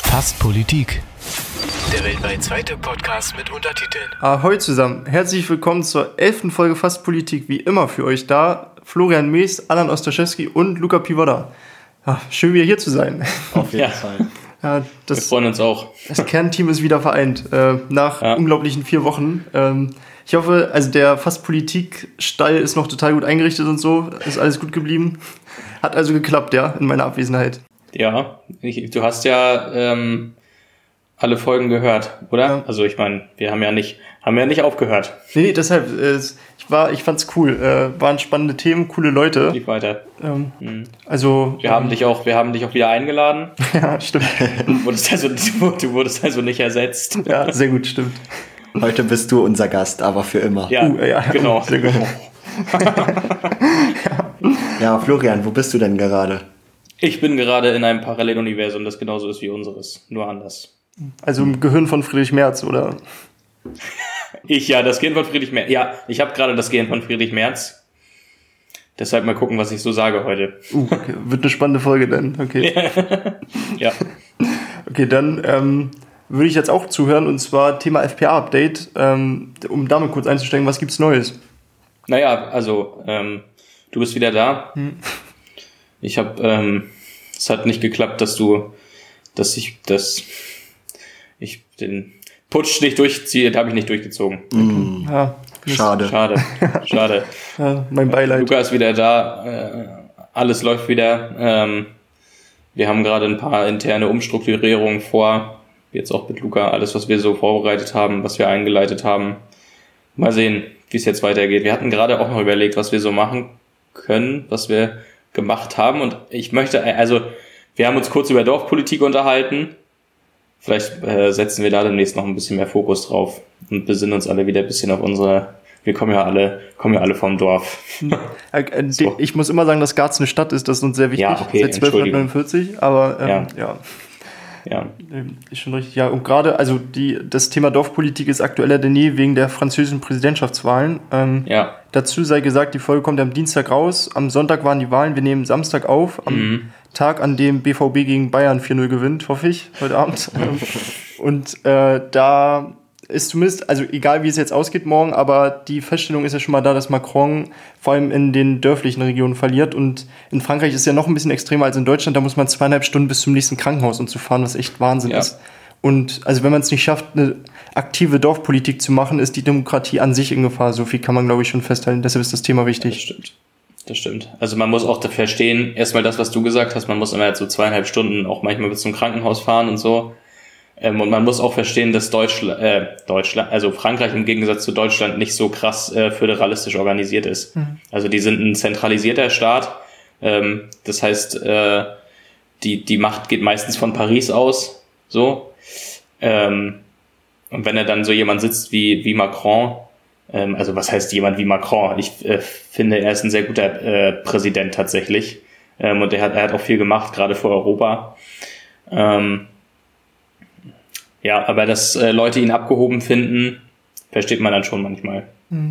Fast Politik. Der weltweit zweite Podcast mit Untertiteln. Ahoi zusammen, herzlich willkommen zur 11. Folge Fast Politik. Wie immer für euch da Florian Mees, Alan Ostaschewski und Luca Pivoda. Ja, schön wieder hier zu sein. Auf jeden Fall. Ja, Wir freuen uns auch. Das Kernteam ist wieder vereint, nach unglaublichen 4 Wochen. Ich hoffe, also der Fast Politik-Stall ist noch total gut eingerichtet und so, ist alles gut geblieben. Hat also geklappt, ja, in meiner Abwesenheit. Ja, du hast ja alle Folgen gehört, oder? Ja. Also ich meine, wir haben ja nicht aufgehört. Nee, deshalb, ich fand's cool. Waren spannende Themen, coole Leute. Lief weiter. Also Wir haben dich auch wieder eingeladen. ja, stimmt. Du wurdest also nicht ersetzt. Ja, sehr gut, stimmt. Heute bist du unser Gast, aber für immer. Ja, genau. Sehr gut. Ja, Florian, wo bist du denn gerade? Ich bin gerade in einem Paralleluniversum, das genauso ist wie unseres, nur anders. Also im Gehirn von Friedrich Merz, oder? Das Gehirn von Friedrich Merz. Ja, ich habe gerade das Gehirn von Friedrich Merz. Deshalb mal gucken, was ich so sage heute. Okay. Wird eine spannende Folge dann, okay. Ja. Okay, dann würde ich jetzt auch zuhören, und zwar Thema FPA-Update, um damit kurz einzusteigen, was gibt's Neues? Naja, also, du bist wieder da. Ich habe, es hat nicht geklappt, dass ich den Putsch nicht durchziehe, da habe ich nicht durchgezogen. Ja, Schade. Schade. Ja, mein Beileid. Luca ist wieder da, alles läuft wieder. Wir haben gerade ein paar interne Umstrukturierungen vor, jetzt auch mit Luca, alles, was wir so vorbereitet haben, was wir eingeleitet haben. Mal sehen, wie es jetzt weitergeht. Wir hatten gerade auch noch überlegt, was wir so machen können, was wir gemacht haben, und wir haben uns kurz über Dorfpolitik unterhalten. Vielleicht setzen wir da demnächst noch ein bisschen mehr Fokus drauf und besinnen uns alle wieder ein bisschen auf wir kommen ja alle vom Dorf. So. Ich muss immer sagen, dass Garz eine Stadt ist, das ist uns sehr wichtig, Ja, okay, seit 1249, aber Ja. Ist schon richtig. Ja, und gerade, also das Thema Dorfpolitik ist aktueller denn je wegen der französischen Präsidentschaftswahlen. Dazu sei gesagt, die Folge kommt am Dienstag raus, am Sonntag waren die Wahlen, wir nehmen Samstag auf, am Tag, an dem BVB gegen Bayern 4-0 gewinnt, hoffe ich, heute Abend. Und da ist zumindest, also egal wie es jetzt ausgeht morgen, aber die Feststellung ist ja schon mal da, dass Macron vor allem in den dörflichen Regionen verliert, und in Frankreich ist es ja noch ein bisschen extremer als in Deutschland, da muss man 2,5 Stunden bis zum nächsten Krankenhaus zu fahren, was echt Wahnsinn ist. Und also wenn man es nicht schafft, eine aktive Dorfpolitik zu machen, ist die Demokratie an sich in Gefahr, so viel kann man glaube ich schon festhalten, deshalb ist das Thema wichtig. Das stimmt. Also man muss auch verstehen, erstmal das, was du gesagt hast, man muss immer so 2,5 Stunden auch manchmal bis zum Krankenhaus fahren und so. Und man muss auch verstehen, dass also Frankreich im Gegensatz zu Deutschland nicht so krass föderalistisch organisiert ist. Also die sind ein zentralisierter Staat. Das heißt, die Macht geht meistens von Paris aus. So. Und wenn er dann so jemand sitzt wie Macron, also was heißt jemand wie Macron? Ich finde, er ist ein sehr guter Präsident tatsächlich. Und er hat auch viel gemacht, gerade für Europa. Ja, aber dass Leute ihn abgehoben finden, versteht man dann schon manchmal.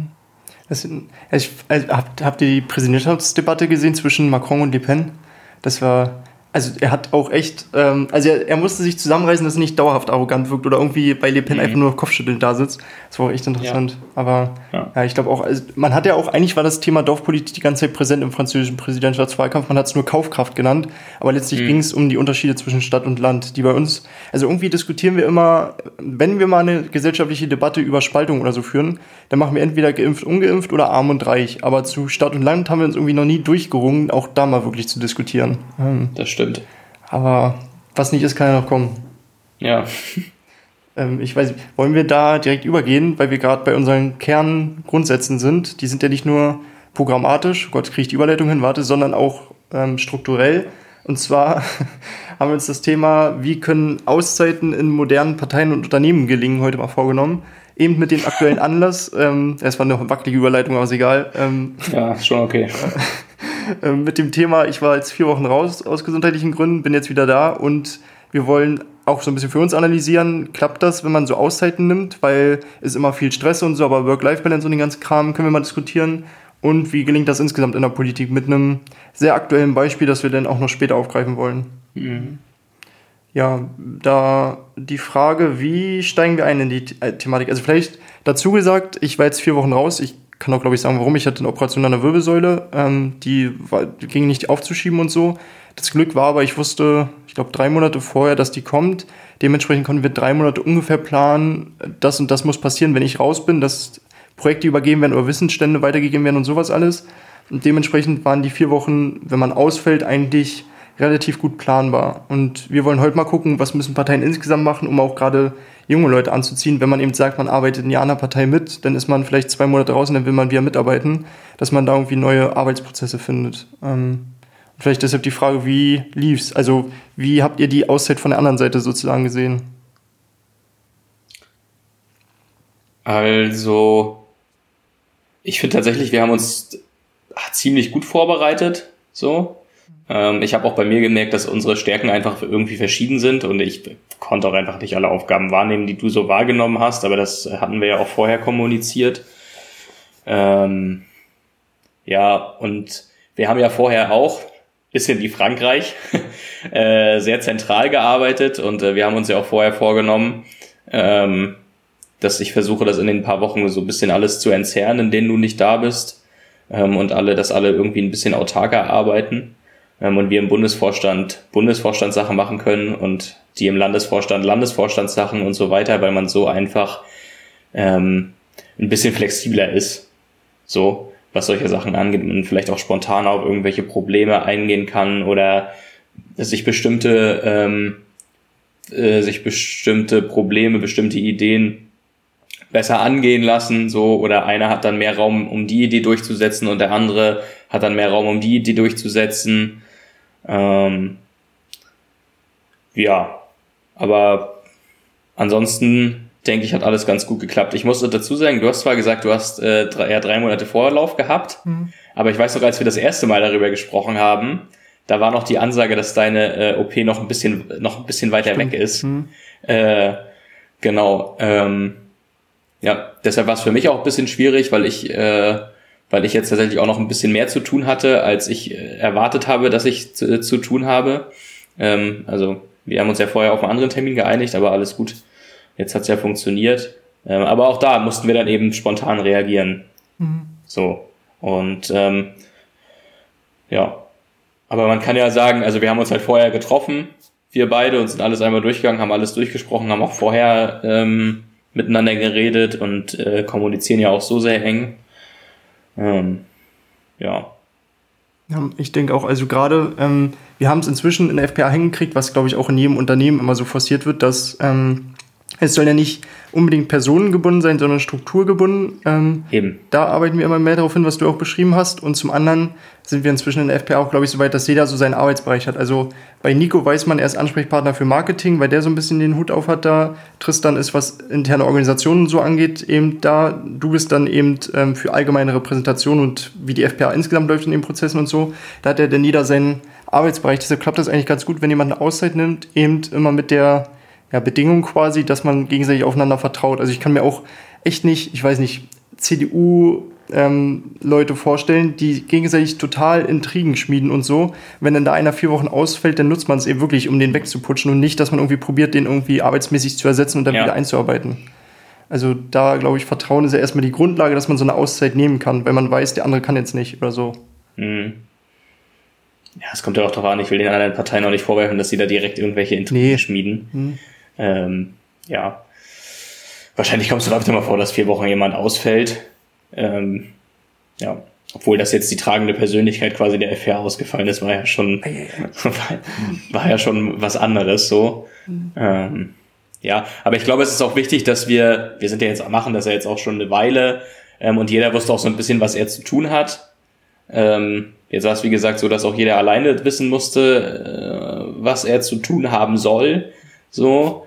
Habt ihr die Präsidentschaftsdebatte gesehen zwischen Macron und Le Pen? Das war, also er hat auch echt, er musste sich zusammenreißen, dass er nicht dauerhaft arrogant wirkt oder irgendwie bei Le Pen einfach nur kopfschüttelnd da sitzt. Das war auch echt interessant. Ja. Aber ich glaube auch, also man hat ja auch, eigentlich war das Thema Dorfpolitik die ganze Zeit präsent im französischen Präsidentschaftswahlkampf, man hat es nur Kaufkraft genannt, aber letztlich ging es um die Unterschiede zwischen Stadt und Land, die bei uns, also irgendwie diskutieren wir immer, wenn wir mal eine gesellschaftliche Debatte über Spaltung oder so führen, dann machen wir entweder geimpft, ungeimpft oder arm und reich, aber zu Stadt und Land haben wir uns irgendwie noch nie durchgerungen, auch da mal wirklich zu diskutieren. Das stimmt. Aber was nicht ist, kann ja noch kommen. Ja. Ich weiß nicht, wollen wir da direkt übergehen, weil wir gerade bei unseren Kerngrundsätzen sind. Die sind ja nicht nur programmatisch, Gott, kriege ich die Überleitung hin, sondern auch strukturell. Und zwar haben wir uns das Thema, wie können Auszeiten in modernen Parteien und Unternehmen gelingen, heute mal vorgenommen. Eben mit dem aktuellen Anlass, es war eine wackelige Überleitung, aber ist egal. Ja, ist schon okay. Mit dem Thema, ich war jetzt 4 Wochen raus aus gesundheitlichen Gründen, bin jetzt wieder da, und wir wollen auch so ein bisschen für uns analysieren, klappt das, wenn man so Auszeiten nimmt, weil es immer viel Stress und so, aber Work-Life-Balance und den ganzen Kram können wir mal diskutieren, und wie gelingt das insgesamt in der Politik mit einem sehr aktuellen Beispiel, das wir dann auch noch später aufgreifen wollen. Ja, da die Frage, wie steigen wir ein in die Thematik? Also vielleicht dazu gesagt, ich war jetzt 4 Wochen raus. Ich kann auch, glaube ich, sagen, warum. Ich hatte eine Operation an der Wirbelsäule. Die ging nicht aufzuschieben und so. Das Glück war aber, ich wusste, ich glaube 3 Monate vorher, dass die kommt. Dementsprechend konnten wir 3 Monate ungefähr planen, das und das muss passieren, wenn ich raus bin, dass Projekte übergeben werden oder Wissensstände weitergegeben werden und sowas alles. Und dementsprechend waren die 4 Wochen, wenn man ausfällt, eigentlich relativ gut planbar. Und wir wollen heute mal gucken, was müssen Parteien insgesamt machen, um auch gerade junge Leute anzuziehen. Wenn man eben sagt, man arbeitet in einer Partei mit, dann ist man vielleicht 2 Monate raus und dann will man wieder mitarbeiten, dass man da irgendwie neue Arbeitsprozesse findet. Vielleicht deshalb die Frage, wie lief's? Also wie habt ihr die Auszeit von der anderen Seite sozusagen gesehen? Also ich finde tatsächlich, wir haben uns ziemlich gut vorbereitet, so. Ich habe auch bei mir gemerkt, dass unsere Stärken einfach irgendwie verschieden sind und ich konnte auch einfach nicht alle Aufgaben wahrnehmen, die du so wahrgenommen hast, aber das hatten wir ja auch vorher kommuniziert. Ja, und wir haben ja vorher auch bisschen wie Frankreich sehr zentral gearbeitet und wir haben uns ja auch vorher vorgenommen, dass ich versuche, das in den paar Wochen so ein bisschen alles zu entzerren, in denen du nicht da bist und dass alle irgendwie ein bisschen autarker arbeiten. Und wir im Bundesvorstand Sachen machen können und die im Landesvorstand Landesvorstandssachen und so weiter, weil man so einfach ein bisschen flexibler ist, so was solche Sachen angeht und vielleicht auch spontan auf irgendwelche Probleme eingehen kann oder sich bestimmte Probleme, bestimmte Ideen besser angehen lassen, so, oder einer hat dann mehr Raum, um die Idee durchzusetzen und der andere hat dann mehr Raum, um die Idee durchzusetzen. Ja, aber ansonsten denke ich, hat alles ganz gut geklappt. Ich musste dazu sagen, du hast zwar gesagt, du hast eher 3 Monate Vorlauf gehabt, aber ich weiß noch, als wir das erste Mal darüber gesprochen haben, da war noch die Ansage, dass deine OP noch ein bisschen weiter weg ist. Genau. Ja, deshalb war es für mich auch ein bisschen schwierig, weil ich jetzt tatsächlich auch noch ein bisschen mehr zu tun hatte, als ich erwartet habe, dass ich zu tun habe. Also wir haben uns ja vorher auf einen anderen Termin geeinigt, aber alles gut. Jetzt hat's ja funktioniert. Aber auch da mussten wir dann eben spontan reagieren. So. Und ja. Aber man kann ja sagen, also wir haben uns halt vorher getroffen, wir beide, und sind alles einmal durchgegangen, haben alles durchgesprochen, haben auch vorher miteinander geredet und kommunizieren ja auch so sehr eng. Ja, ich denke auch, also gerade, wir haben es inzwischen in der FPA hingekriegt, was, glaube ich, auch in jedem Unternehmen immer so forciert wird, dass es soll ja nicht unbedingt personengebunden sein, sondern strukturgebunden. Eben. Da arbeiten wir immer mehr darauf hin, was du auch beschrieben hast. Und zum anderen sind wir inzwischen in der FPA auch, glaube ich, so weit, dass jeder so seinen Arbeitsbereich hat. Also bei Nico weiß man, er ist Ansprechpartner für Marketing, weil der so ein bisschen den Hut auf hat da. Tristan ist, was interne Organisationen so angeht, eben da. Du bist dann eben für allgemeine Repräsentation und wie die FPA insgesamt läuft in den Prozessen und so. Da hat der jeder seinen Arbeitsbereich. Deshalb klappt das eigentlich ganz gut, wenn jemand eine Auszeit nimmt, eben immer mit der Bedingung quasi, dass man gegenseitig aufeinander vertraut. Also ich kann mir auch echt nicht, ich weiß nicht, CDU-Leute vorstellen, die gegenseitig total Intrigen schmieden und so. Wenn dann da einer 4 Wochen ausfällt, dann nutzt man es eben wirklich, um den wegzuputschen und nicht, dass man irgendwie probiert, den irgendwie arbeitsmäßig zu ersetzen und dann wieder einzuarbeiten. Also da, glaube ich, Vertrauen ist ja erstmal die Grundlage, dass man so eine Auszeit nehmen kann, weil man weiß, der andere kann jetzt nicht oder so. Ja, es kommt ja auch darauf an, ich will den anderen Parteien auch nicht vorwerfen, dass sie da direkt irgendwelche Intrigen schmieden. Ja, wahrscheinlich kommt es öfter mal vor, dass 4 Wochen jemand ausfällt. Ja, obwohl das jetzt die tragende Persönlichkeit quasi der FPA ausgefallen ist, war ja schon was anderes so. Ja, aber ich glaube, es ist auch wichtig, dass wir sind ja jetzt, machen das ja jetzt auch schon eine Weile und jeder wusste auch so ein bisschen, was er zu tun hat. Jetzt war es, wie gesagt, so, dass auch jeder alleine wissen musste, was er zu tun haben soll. So.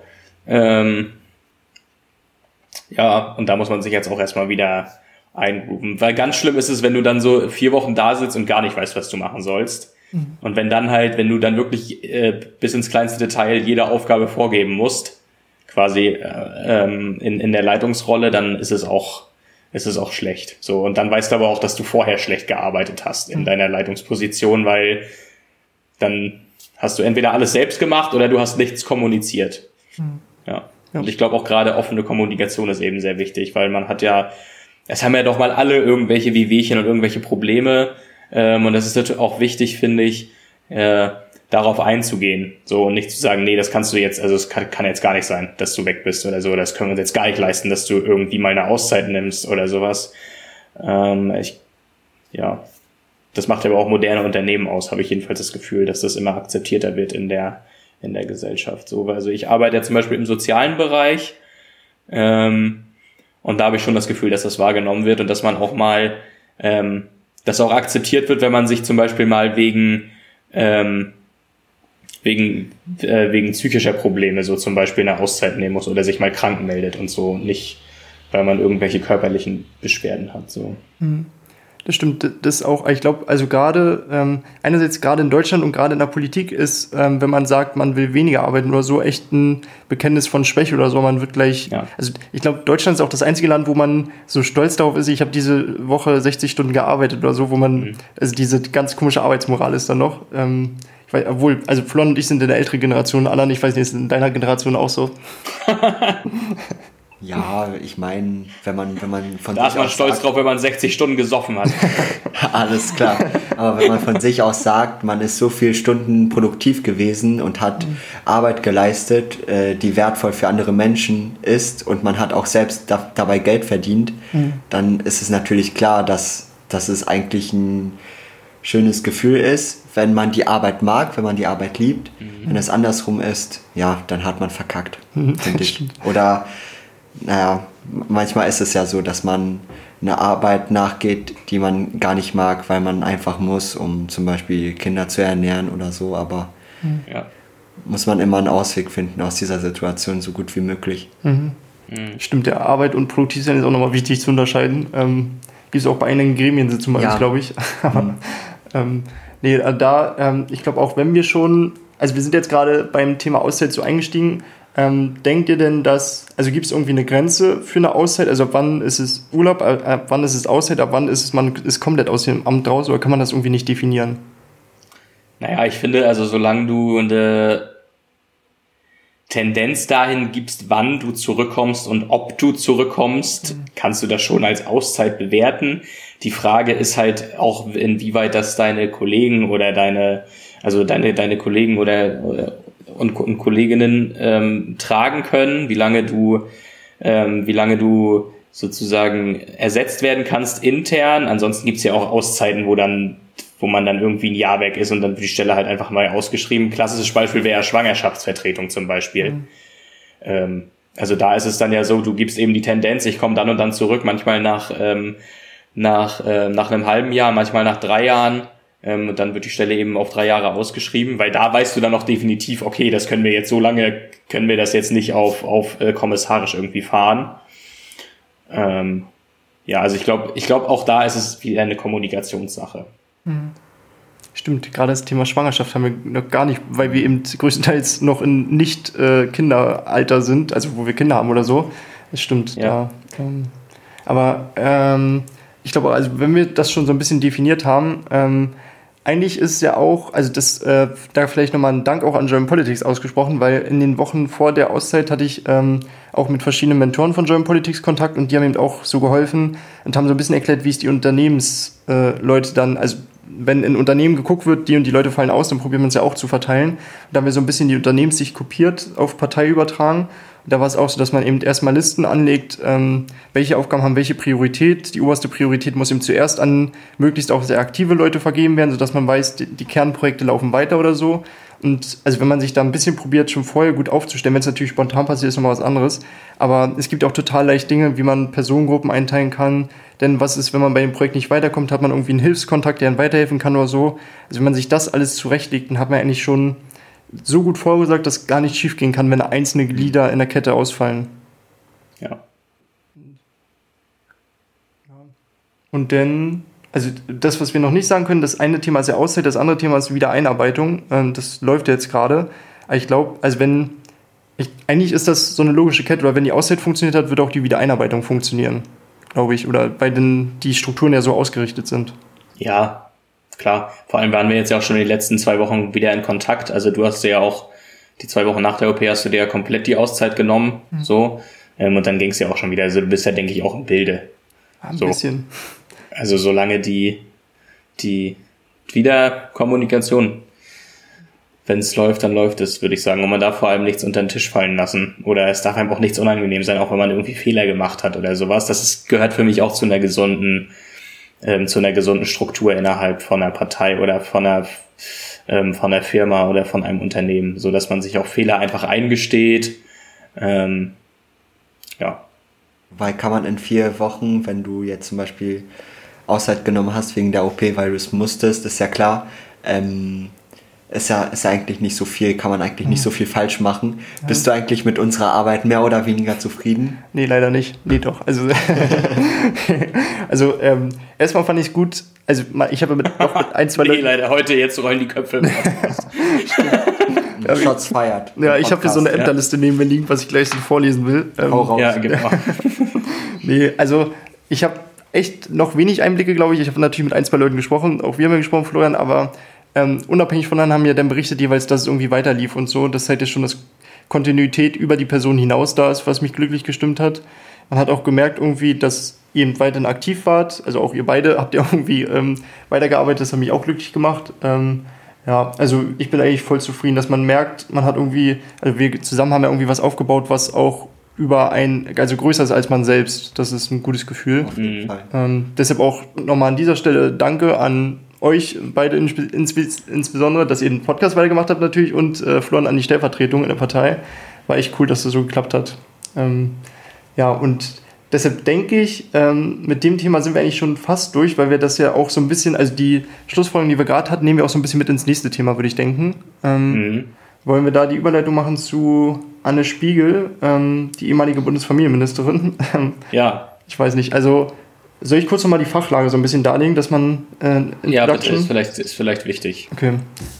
Ja, und da muss man sich jetzt auch erstmal wieder eingrooven. Weil ganz schlimm ist es, wenn du dann so 4 Wochen da sitzt und gar nicht weißt, was du machen sollst. Und wenn dann wirklich bis ins kleinste Detail jede Aufgabe vorgeben musst, quasi in der Leitungsrolle, dann ist es auch schlecht. So, und dann weißt du aber auch, dass du vorher schlecht gearbeitet hast in deiner Leitungsposition, weil dann hast du entweder alles selbst gemacht oder du hast nichts kommuniziert. Ja. Und ich glaube auch gerade offene Kommunikation ist eben sehr wichtig, weil man hat ja, es haben ja doch mal alle irgendwelche Wehwehchen und irgendwelche Probleme, und das ist natürlich auch wichtig, finde ich, darauf einzugehen, so, und nicht zu sagen, nee, das kannst du jetzt, also es kann jetzt gar nicht sein, dass du weg bist oder so, das können wir uns jetzt gar nicht leisten, dass du irgendwie mal eine Auszeit nimmst oder sowas. Das macht aber auch moderne Unternehmen aus, habe ich jedenfalls das Gefühl, dass das immer akzeptierter wird in der Gesellschaft. So, also ich arbeite ja zum Beispiel im sozialen Bereich, und da habe ich schon das Gefühl, dass das wahrgenommen wird und dass man auch mal, dass auch akzeptiert wird, wenn man sich zum Beispiel mal wegen psychischer Probleme so zum Beispiel eine Auszeit nehmen muss oder sich mal krank meldet und so, nicht weil man irgendwelche körperlichen Beschwerden hat. So. Das stimmt, das auch, ich glaube, also gerade, einerseits gerade in Deutschland und gerade in der Politik ist, wenn man sagt, man will weniger arbeiten oder so, echt ein Bekenntnis von Schwäche oder so, man wird gleich, also ich glaube, Deutschland ist auch das einzige Land, wo man so stolz darauf ist, ich habe diese Woche 60 Stunden gearbeitet oder so, wo man, also diese ganz komische Arbeitsmoral ist dann noch, ich weiß, obwohl, also Flon und ich sind in der älteren Generation, Alan, ich weiß nicht, ist in deiner Generation auch so? Ja, ich meine, wenn man von da ist man stolz drauf, wenn man 60 Stunden gesoffen hat. Alles klar. Aber wenn man von sich aus sagt, man ist so viele Stunden produktiv gewesen und hat Arbeit geleistet, die wertvoll für andere Menschen ist, und man hat auch selbst dabei Geld verdient, dann ist es natürlich klar, dass es eigentlich ein schönes Gefühl ist, wenn man die Arbeit mag, wenn man die Arbeit liebt. Wenn es andersrum ist, ja, dann hat man verkackt, finde ich. Oder naja, manchmal ist es ja so, dass man eine Arbeit nachgeht, die man gar nicht mag, weil man einfach muss, um zum Beispiel Kinder zu ernähren oder so, aber muss man immer einen Ausweg finden aus dieser Situation, so gut wie möglich. Stimmt, ja, Arbeit und Produktivsein ist auch nochmal wichtig zu unterscheiden. Gibt es auch bei einigen Gremiensitzungen bei uns, glaube ich. Ich glaube auch, wenn wir schon, also wir sind jetzt gerade beim Thema Auszeit so eingestiegen, denkt ihr denn, also gibt es irgendwie eine Grenze für eine Auszeit? Also ab wann ist es Urlaub, ab wann ist es Auszeit, ab wann ist man ist komplett aus dem Amt raus, oder kann man das irgendwie nicht definieren? Naja, ich finde, also solange du eine Tendenz dahin gibst, wann du zurückkommst und ob du zurückkommst, kannst du das schon als Auszeit bewerten. Die Frage ist halt auch, inwieweit das deine Kollegen oder deine Kollegen und Kolleginnen tragen können, wie lange du sozusagen ersetzt werden kannst intern. Ansonsten gibt's ja auch Auszeiten, wo man dann irgendwie ein Jahr weg ist und dann wird die Stelle halt einfach neu ausgeschrieben. Klassisches Beispiel wäre Schwangerschaftsvertretung zum Beispiel. Also da ist es dann ja so, du gibst eben die Tendenz, ich komme dann und dann zurück, manchmal nach einem halben Jahr, manchmal nach 3 Jahren. Und dann wird die Stelle eben auf 3 Jahre ausgeschrieben, weil da weißt du dann noch definitiv, okay, das können wir jetzt so lange, können wir das jetzt nicht auf kommissarisch irgendwie fahren. Also ich glaube auch da ist es wieder eine Kommunikationssache. Stimmt, gerade das Thema Schwangerschaft haben wir noch gar nicht, weil wir eben größtenteils noch in nicht Kinderalter sind, also wo wir Kinder haben oder so. Das stimmt, ja. Ich glaube, also wenn wir das schon so ein bisschen definiert haben, eigentlich ist es ja auch, also da vielleicht nochmal ein Dank auch an German Politics ausgesprochen, weil in den Wochen vor der Auszeit hatte ich auch mit verschiedenen Mentoren von German Politics Kontakt, und die haben eben auch so geholfen und haben so ein bisschen erklärt, wie es die Unternehmensleute dann, also wenn in Unternehmen geguckt wird, die und die Leute fallen aus, dann probiert man es ja auch zu verteilen. Und da haben wir so ein bisschen die Unternehmenssicht kopiert, auf Partei übertragen. Und da war es auch so, dass man eben erstmal Listen anlegt, welche Aufgaben haben welche Priorität. Die oberste Priorität muss eben zuerst an möglichst auch sehr aktive Leute vergeben werden, sodass man weiß, die Kernprojekte laufen weiter oder so. Und also wenn man sich da ein bisschen probiert, schon vorher gut aufzustellen, wenn es natürlich spontan passiert, ist nochmal was anderes. Aber es gibt auch total leicht Dinge, wie man Personengruppen einteilen kann. Denn was ist, wenn man bei dem Projekt nicht weiterkommt, hat man irgendwie einen Hilfskontakt, der einem weiterhelfen kann oder so. Also wenn man sich das alles zurechtlegt, dann hat man eigentlich schon so gut vorgesagt, dass gar nicht schief gehen kann, wenn einzelne Glieder in der Kette ausfallen. Ja. Und dann, also das, was wir noch nicht sagen können, das eine Thema ist ja Auszeit, das andere Thema ist Wiedereinarbeitung. Das läuft ja jetzt gerade. Aber ich glaube, also eigentlich ist das so eine logische Kette, oder wenn die Auszeit funktioniert hat, wird auch die Wiedereinarbeitung funktionieren, glaube ich. Oder weil denn die Strukturen ja so ausgerichtet sind. Ja, klar. Vor allem waren wir jetzt ja auch schon die letzten 2 Wochen wieder in Kontakt. Also du hast dir ja auch die 2 Wochen nach der OP hast du dir ja komplett die Auszeit genommen, so. Und dann ging es ja auch schon wieder. Also du bist ja, denke ich, auch im Bilde. Ein bisschen. Also solange die Wiederkommunikation, wenn es läuft, dann läuft es, würde ich sagen. Und man darf vor allem nichts unter den Tisch fallen lassen. Oder es darf einem auch nichts unangenehm sein, auch wenn man irgendwie Fehler gemacht hat oder sowas. Gehört für mich auch zu einer gesunden Struktur innerhalb von einer Partei oder von einer Firma oder von einem Unternehmen, so dass man sich auch Fehler einfach eingesteht. Ja. Weil kann man in 4 Wochen, wenn du jetzt zum Beispiel Auszeit genommen hast wegen der OP, weil du es musstest, ist ja klar, ist ja eigentlich nicht so viel, kann man eigentlich nicht so viel falsch machen. Ja. Bist du eigentlich mit unserer Arbeit mehr oder weniger zufrieden? Nee, leider nicht. Nee, doch. Also, erstmal fand ich es gut, also ich habe mit 1, 2 Leuten... Nee, leider, jetzt rollen die Köpfe im Podcast. Shots feiert. Ja, ich habe hier so eine Ämterliste neben mir liegen, was ich gleich vorlesen will. Ja, genau. Nee, also ich habe echt noch wenig Einblicke, glaube ich. Ich habe natürlich mit 1, 2 Leuten gesprochen, auch wir haben ja gesprochen, Florian, aber unabhängig voneinander haben wir dann berichtet jeweils, dass es irgendwie weiter lief und so. Das zeigt ja schon, dass Kontinuität über die Person hinaus da ist, was mich glücklich gestimmt hat. Man hat auch gemerkt irgendwie, dass ihr eben weiterhin aktiv wart. Also auch ihr beide habt ja irgendwie weitergearbeitet. Das hat mich auch glücklich gemacht. Ja, also ich bin eigentlich voll zufrieden, dass man merkt, man hat irgendwie, also wir zusammen haben ja irgendwie was aufgebaut, was auch also größer ist als man selbst. Das ist ein gutes Gefühl. Auf jeden Fall. Deshalb auch nochmal an dieser Stelle Danke an euch beide insbesondere, dass ihr den Podcast weitergemacht habt natürlich und Florian an die Stellvertretung in der Partei. War echt cool, dass das so geklappt hat. Ja, und deshalb denke ich, mit dem Thema sind wir eigentlich schon fast durch, weil wir das ja auch so ein bisschen, also die Schlussfolgerung, die wir gerade hatten, nehmen wir auch so ein bisschen mit ins nächste Thema, würde ich denken. Wollen wir da die Überleitung machen zu Anne Spiegel, die ehemalige Bundesfamilienministerin? Ja. Ich weiß nicht, also soll ich kurz nochmal die Fachlage so ein bisschen darlegen, dass man... ja, bitte, ist vielleicht wichtig. Okay.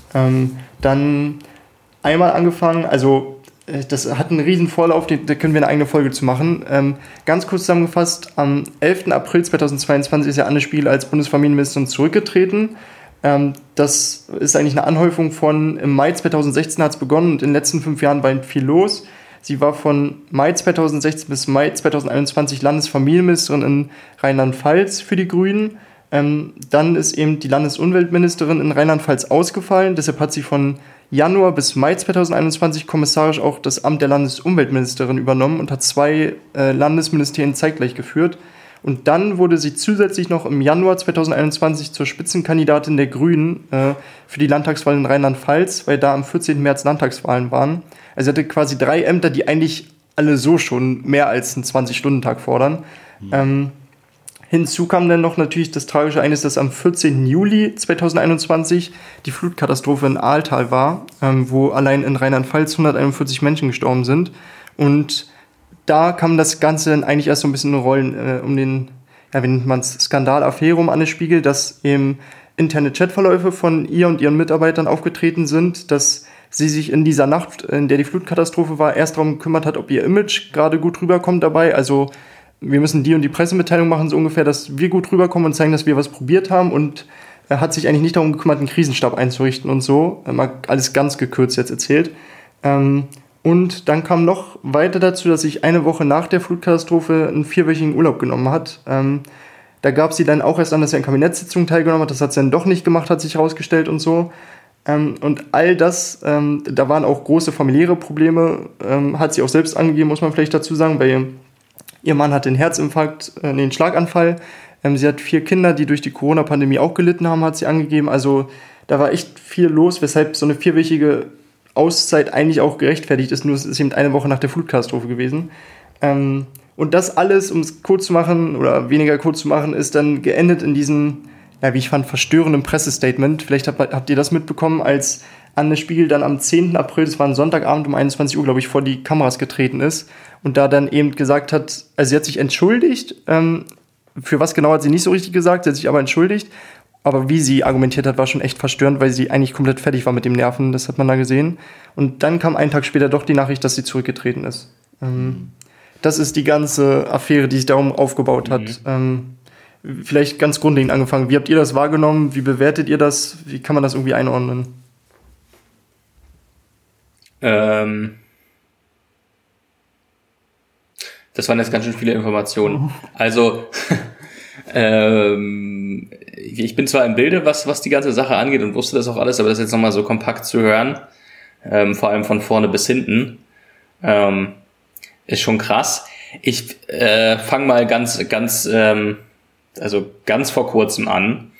Dann einmal angefangen, also das hat einen riesen Vorlauf, da können wir eine eigene Folge zu machen. Ganz kurz zusammengefasst, am 11. April 2022 ist ja Anne Spiegel als Bundesfamilienministerin zurückgetreten. Das ist eigentlich eine Anhäufung von, im Mai 2016 hat es begonnen und in den letzten 5 Jahren war viel los. Sie war von Mai 2016 bis Mai 2021 Landesfamilienministerin in Rheinland-Pfalz für die Grünen. Dann ist eben die Landesumweltministerin in Rheinland-Pfalz ausgefallen. Deshalb hat sie von Januar bis Mai 2021 kommissarisch auch das Amt der Landesumweltministerin übernommen und hat 2 Landesministerien zeitgleich geführt. Und dann wurde sie zusätzlich noch im Januar 2021 zur Spitzenkandidatin der Grünen für die Landtagswahl in Rheinland-Pfalz, weil da am 14. März Landtagswahlen waren. Also sie hatte quasi 3 Ämter, die eigentlich alle so schon mehr als einen 20-Stunden-Tag fordern. Hinzu kam dann noch natürlich das tragische Ereignis, dass am 14. Juli 2021 die Flutkatastrophe in Ahrtal war, wo allein in Rheinland-Pfalz 141 Menschen gestorben sind. Und da kam das Ganze dann eigentlich erst so ein bisschen in Rollen um den, ja, wie nennt man es, Skandal-Affäre um Anne Spiegel, dass eben interne Chatverläufe von ihr und ihren Mitarbeitern aufgetreten sind, dass sie sich in dieser Nacht, in der die Flutkatastrophe war, erst darum gekümmert hat, ob ihr Image gerade gut rüberkommt dabei. Also wir müssen die und die Pressemitteilung machen, so ungefähr, dass wir gut rüberkommen und zeigen, dass wir was probiert haben. Und er hat sich eigentlich nicht darum gekümmert, einen Krisenstab einzurichten und so. Mal alles ganz gekürzt jetzt erzählt. Und dann kam noch weiter dazu, dass sich eine Woche nach der Flutkatastrophe einen 4-wöchigen Urlaub genommen hat. Da gab sie dann auch erst an, dass er an Kabinettssitzungen teilgenommen hat. Das hat sie dann doch nicht gemacht, hat sich herausgestellt und so. Und all das, da waren auch große familiäre Probleme, hat sie auch selbst angegeben, muss man vielleicht dazu sagen, weil ihr Mann hat den Herzinfarkt, den Schlaganfall. Sie hat 4 Kinder, die durch die Corona-Pandemie auch gelitten haben, hat sie angegeben. Also da war echt viel los, weshalb so eine 4-wöchige Auszeit eigentlich auch gerechtfertigt ist. Nur es ist eben eine Woche nach der Flutkatastrophe gewesen. Und das alles, um es kurz zu machen oder weniger kurz zu machen, ist dann geendet in diesem, ja, wie ich fand, verstörenden Pressestatement. Vielleicht habt ihr das mitbekommen, als Anne Spiegel dann am 10. April, das war ein Sonntagabend um 21 Uhr, glaube ich, vor die Kameras getreten ist und da dann eben gesagt hat, also sie hat sich entschuldigt, für was genau hat sie nicht so richtig gesagt, sie hat sich aber entschuldigt, aber wie sie argumentiert hat, war schon echt verstörend, weil sie eigentlich komplett fertig war mit dem Nerven, das hat man da gesehen. Und dann kam einen Tag später doch die Nachricht, dass sie zurückgetreten ist. Das ist die ganze Affäre, die sich darum aufgebaut hat. vielleicht ganz grundlegend angefangen. Wie habt ihr das wahrgenommen? Wie bewertet ihr das? Wie kann man das irgendwie einordnen? Das waren jetzt ganz schön viele Informationen. Also, ich bin zwar im Bilde, was die ganze Sache angeht und wusste das auch alles, aber das jetzt nochmal so kompakt zu hören, vor allem von vorne bis hinten, ist schon krass. Ich fange mal ganz vor kurzem an.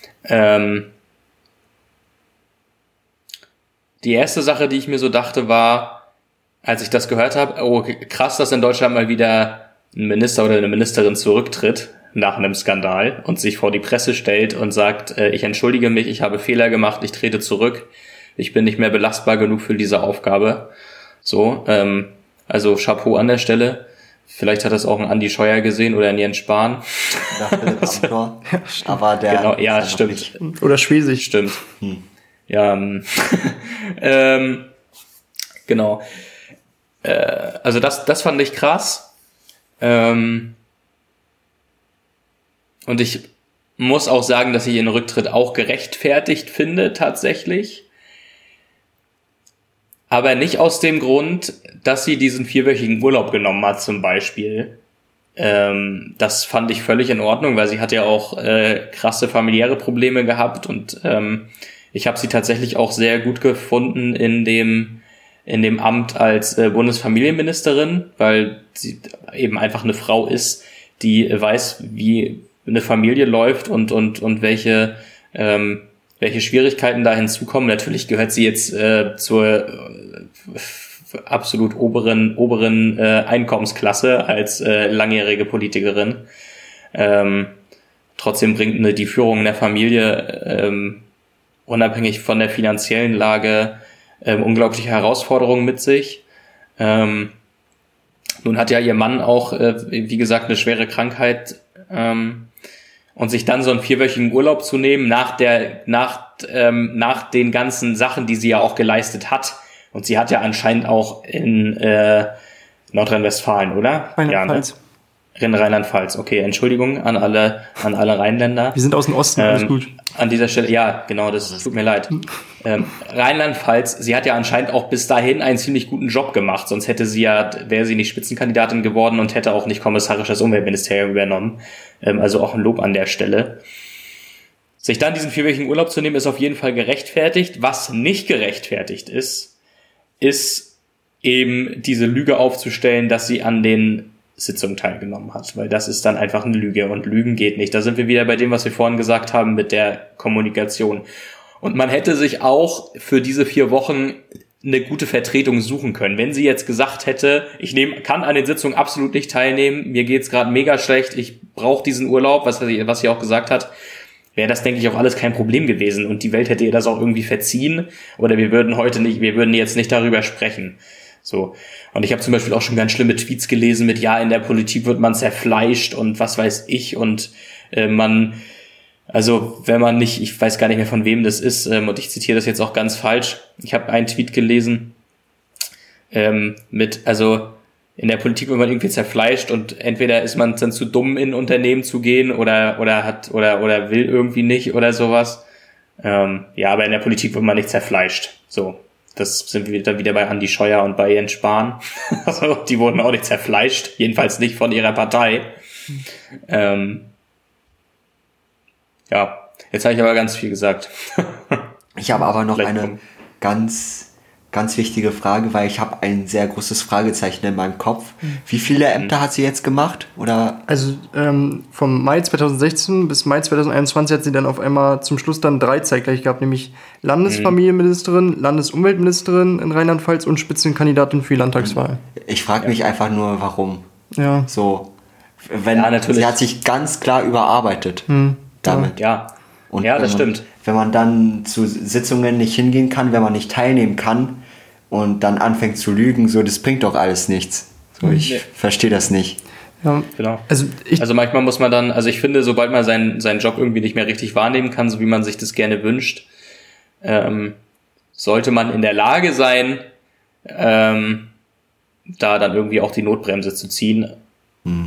Die erste Sache, die ich mir so dachte, war, als ich das gehört habe, oh krass, dass in Deutschland mal wieder ein Minister oder eine Ministerin zurücktritt nach einem Skandal und sich vor die Presse stellt und sagt, ich entschuldige mich, ich habe Fehler gemacht, ich trete zurück, ich bin nicht mehr belastbar genug für diese Aufgabe. So, also Chapeau an der Stelle. Vielleicht hat das auch ein Andi Scheuer gesehen oder ein Jens Spahn. Oder Philipp Amthor. Aber der... Genau, ja, stimmt. Oder Schwesig. Stimmt. Ja, genau. Also das fand ich krass. Und ich muss auch sagen, dass ich ihren Rücktritt auch gerechtfertigt finde, tatsächlich. Aber nicht aus dem Grund, dass sie diesen 4-wöchigen Urlaub genommen hat, zum Beispiel. Das fand ich völlig in Ordnung, weil sie hat ja auch krasse familiäre Probleme gehabt und ich habe sie tatsächlich auch sehr gut gefunden in dem Amt als Bundesfamilienministerin, weil sie eben einfach eine Frau ist, die weiß, wie eine Familie läuft und welche Schwierigkeiten da hinzukommen. Natürlich gehört sie jetzt zur absolut oberen Einkommensklasse als langjährige Politikerin. Trotzdem bringt die Führung in der Familie unabhängig von der finanziellen Lage unglaubliche Herausforderungen mit sich. Nun hat ja ihr Mann auch, wie gesagt, eine schwere Krankheit und sich dann so einen 4-wöchigen Urlaub zu nehmen nach den ganzen Sachen, die sie ja auch geleistet hat. Und sie hat ja anscheinend auch in Nordrhein-Westfalen, oder? Rheinland-Pfalz. Ja, ne? In Rheinland-Pfalz, okay, Entschuldigung an alle Rheinländer. Wir sind aus dem Osten, alles gut. An dieser Stelle, ja, genau, das tut mir leid. Rheinland-Pfalz, sie hat ja anscheinend auch bis dahin einen ziemlich guten Job gemacht, sonst wäre sie nicht Spitzenkandidatin geworden und hätte auch nicht kommissarisches Umweltministerium übernommen. Also auch ein Lob an der Stelle. Sich dann diesen 4-wöchigen Urlaub zu nehmen, ist auf jeden Fall gerechtfertigt. Was nicht gerechtfertigt ist eben diese Lüge aufzustellen, dass sie an den Sitzung teilgenommen hat, weil das ist dann einfach eine Lüge und Lügen geht nicht. Da sind wir wieder bei dem, was wir vorhin gesagt haben mit der Kommunikation. Und man hätte sich auch für diese 4 Wochen eine gute Vertretung suchen können. Wenn sie jetzt gesagt hätte, kann an den Sitzungen absolut nicht teilnehmen, mir geht's gerade mega schlecht, ich brauche diesen Urlaub, was sie auch gesagt hat, wäre das, denke ich, auch alles kein Problem gewesen und die Welt hätte ihr das auch irgendwie verziehen oder wir würden jetzt nicht darüber sprechen. So. Und ich habe zum Beispiel auch schon ganz schlimme Tweets gelesen mit, ja, in der Politik wird man zerfleischt und was weiß ich und wenn man nicht, ich weiß gar nicht mehr von wem das ist und ich zitiere das jetzt auch ganz falsch. Ich habe einen Tweet gelesen in der Politik wird man irgendwie zerfleischt und entweder ist man dann zu dumm, in Unternehmen zu gehen oder will irgendwie nicht oder sowas. Ja, aber in der Politik wird man nicht zerfleischt. So. Das sind wir dann wieder bei Andi Scheuer und bei Jens Spahn. Also, die wurden auch nicht zerfleischt. Jedenfalls nicht von ihrer Partei. Ja, jetzt habe ich aber ganz viel gesagt. Ich habe aber noch eine ganz wichtige Frage, weil ich habe ein sehr großes Fragezeichen in meinem Kopf. Wie viele Ämter hat sie jetzt gemacht? Oder? Also vom Mai 2016 bis Mai 2021 hat sie dann auf einmal zum Schluss dann 3 zeitgleich gehabt, nämlich Landesfamilienministerin, Landesumweltministerin in Rheinland-Pfalz und Spitzenkandidatin für die Landtagswahl. Ich frage mich einfach nur, warum. Ja. So, natürlich. Sie hat sich ganz klar überarbeitet damit. Ja. Und ja, das stimmt. Wenn man dann zu Sitzungen nicht hingehen kann, wenn man nicht teilnehmen kann und dann anfängt zu lügen, so, das bringt doch alles nichts. So, ich verstehe das nicht. Ja, genau. Also manchmal muss man dann, also ich finde, sobald man seinen Job irgendwie nicht mehr richtig wahrnehmen kann, so wie man sich das gerne wünscht, sollte man in der Lage sein, da dann irgendwie auch die Notbremse zu ziehen.